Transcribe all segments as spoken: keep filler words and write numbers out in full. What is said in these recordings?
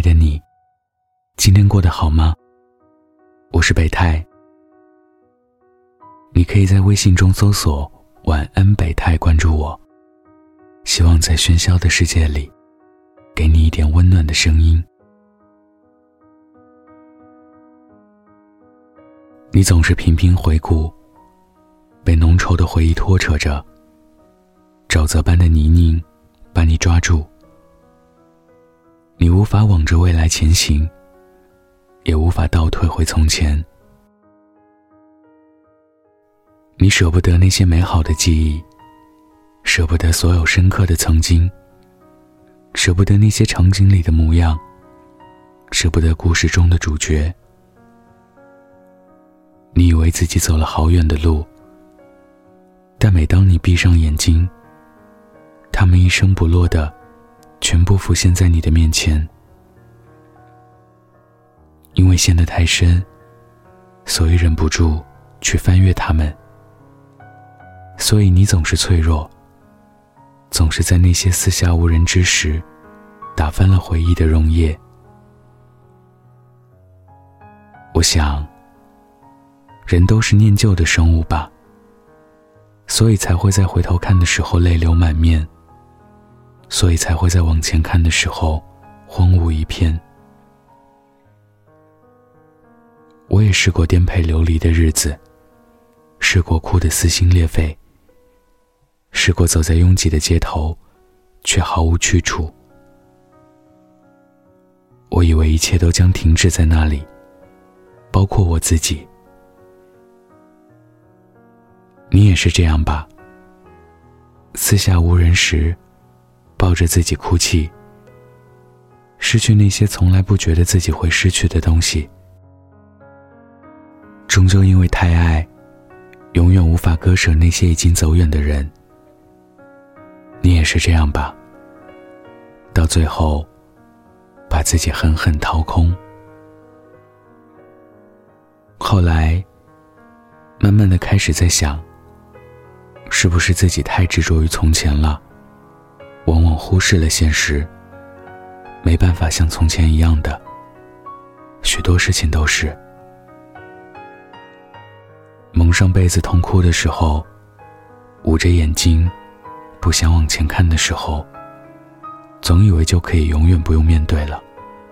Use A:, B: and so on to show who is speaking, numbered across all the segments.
A: 的你，今天过得好吗？我是北太，你可以在微信中搜索晚安北太关注我，希望在喧嚣的世界里给你一点温暖的声音。你总是频频回顾，被浓稠的回忆拖扯着，沼泽般的泥泞把你抓住，你无法往着未来前行，也无法倒退回从前。你舍不得那些美好的记忆，舍不得所有深刻的曾经，舍不得那些场景里的模样，舍不得故事中的主角。你以为自己走了好远的路，但每当你闭上眼睛，他们一声不落的全部浮现在你的面前。因为陷得太深，所以忍不住去翻阅它们，所以你总是脆弱，总是在那些四下无人之时打翻了回忆的溶液。我想人都是念旧的生物吧，所以才会在回头看的时候泪流满面，所以才会在往前看的时候荒芜一片。我也试过颠沛流离的日子，试过哭得撕心裂肺，试过走在拥挤的街头却毫无去处。我以为一切都将停止在那里，包括我自己。你也是这样吧？四下无人时，抱着自己哭泣，失去那些从来不觉得自己会失去的东西。终究因为太爱，永远无法割舍那些已经走远的人。你也是这样吧？到最后，把自己狠狠掏空。后来，慢慢的开始在想，是不是自己太执着于从前了，往往忽视了现实，没办法像从前一样的，许多事情都是。蒙上被子痛哭的时候，捂着眼睛不想往前看的时候，总以为就可以永远不用面对了。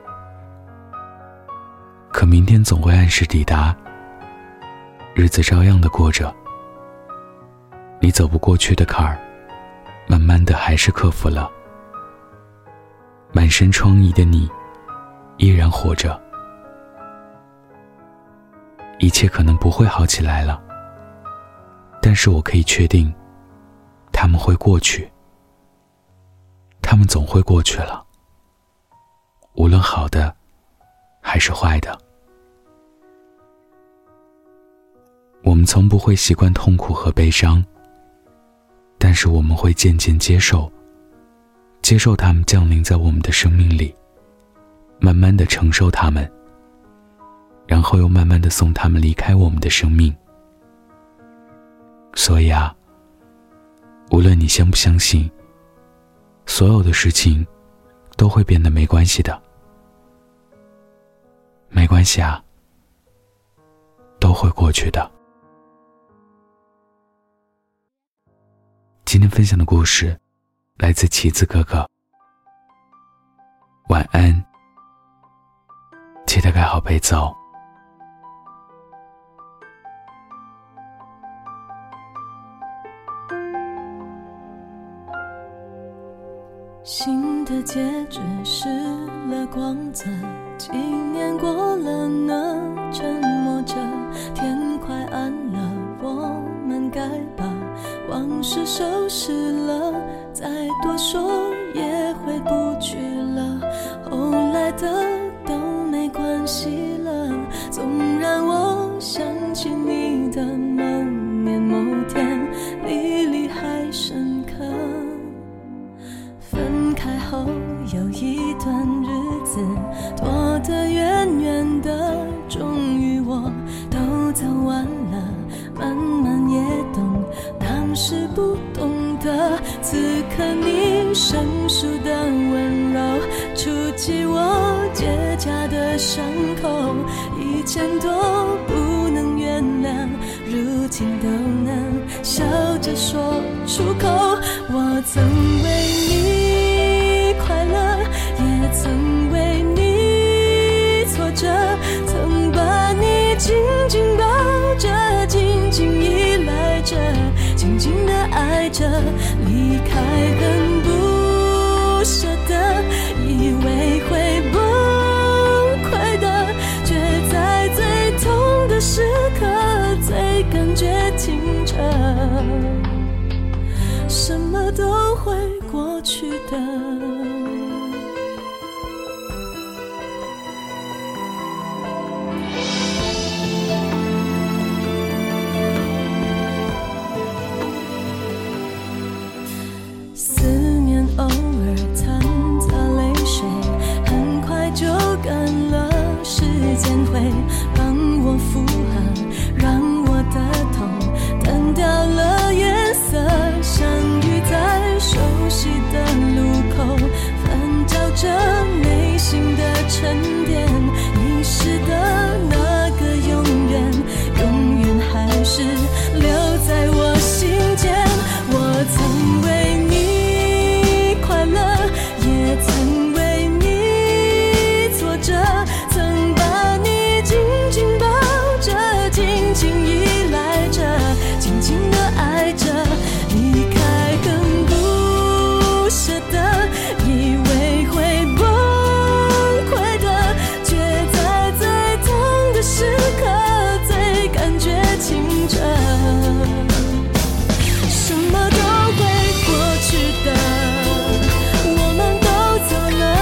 A: 可明天总会按时抵达，日子照样的过着。你走不过去的坎儿，慢慢的还是克服了。满身疮痍的你，依然活着。一切可能不会好起来了，但是我可以确定，他们会过去。他们总会过去了，无论好的还是坏的。我们从不会习惯痛苦和悲伤，但是我们会渐渐接受，接受他们降临在我们的生命里，慢慢地承受他们，然后又慢慢地送他们离开我们的生命。所以啊，无论你相不相信，所有的事情都会变得没关系的。没关系啊，都会过去的。今天分享的故事来自棋子哥哥。晚安，记得盖好被子哦。
B: 新的结局失了光泽，几年过了呢，沉默着，天快暗了，我们该把往事收拾了，再多说也回不去了，后来的都没关系了，纵然我想起你的某年某天，历历还深刻。分开后有一段日子，拖得远远的，终于我都走完了，慢慢也懂当时不懂的， 此刻你生疏的温柔触及我结痂的伤口，以前都不能原谅，如今都能笑着说出口。我曾为你快乐，也曾为你挫折，曾把你紧紧抱着，紧紧依赖着，紧紧地爱着，离开很不舍得，以为会崩溃的，却在最痛的时刻最感觉清澈，什么都会过去的。思念偶尔掺杂泪水，很快就干了，时间会帮我复合，让我的痛淡掉了颜色，相遇在熟悉的路口，翻找着内心的沉淀，遗失的那个永远，永远还是留在我心间。我曾为你快乐，也曾为你挫折，曾把你紧紧抱着，紧紧依赖着，紧紧地爱着，离开更不舍得，以为会崩溃的，却在最痛的时刻最感觉清澈，什么都会过去的，我们都走了，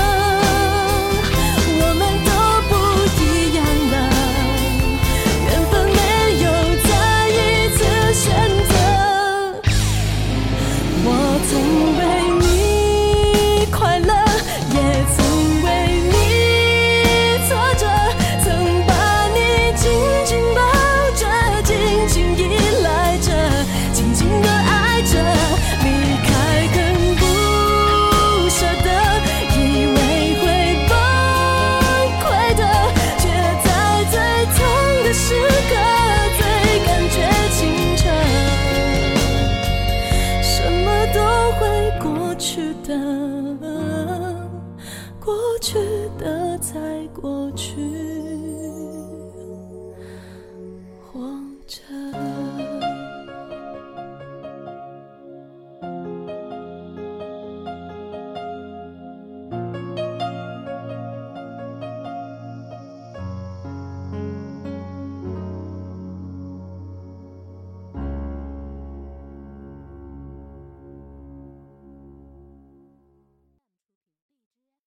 B: 我们都不一样了，缘分没有再一次选择。我曾为你快乐，也曾为你挫折，曾把你紧紧抱着，紧紧依赖着，紧紧地爱着，离开更不舍得，以为会崩溃的，却在最痛的时刻最感觉清澈，什么都会过去的，过去的再过去，活着。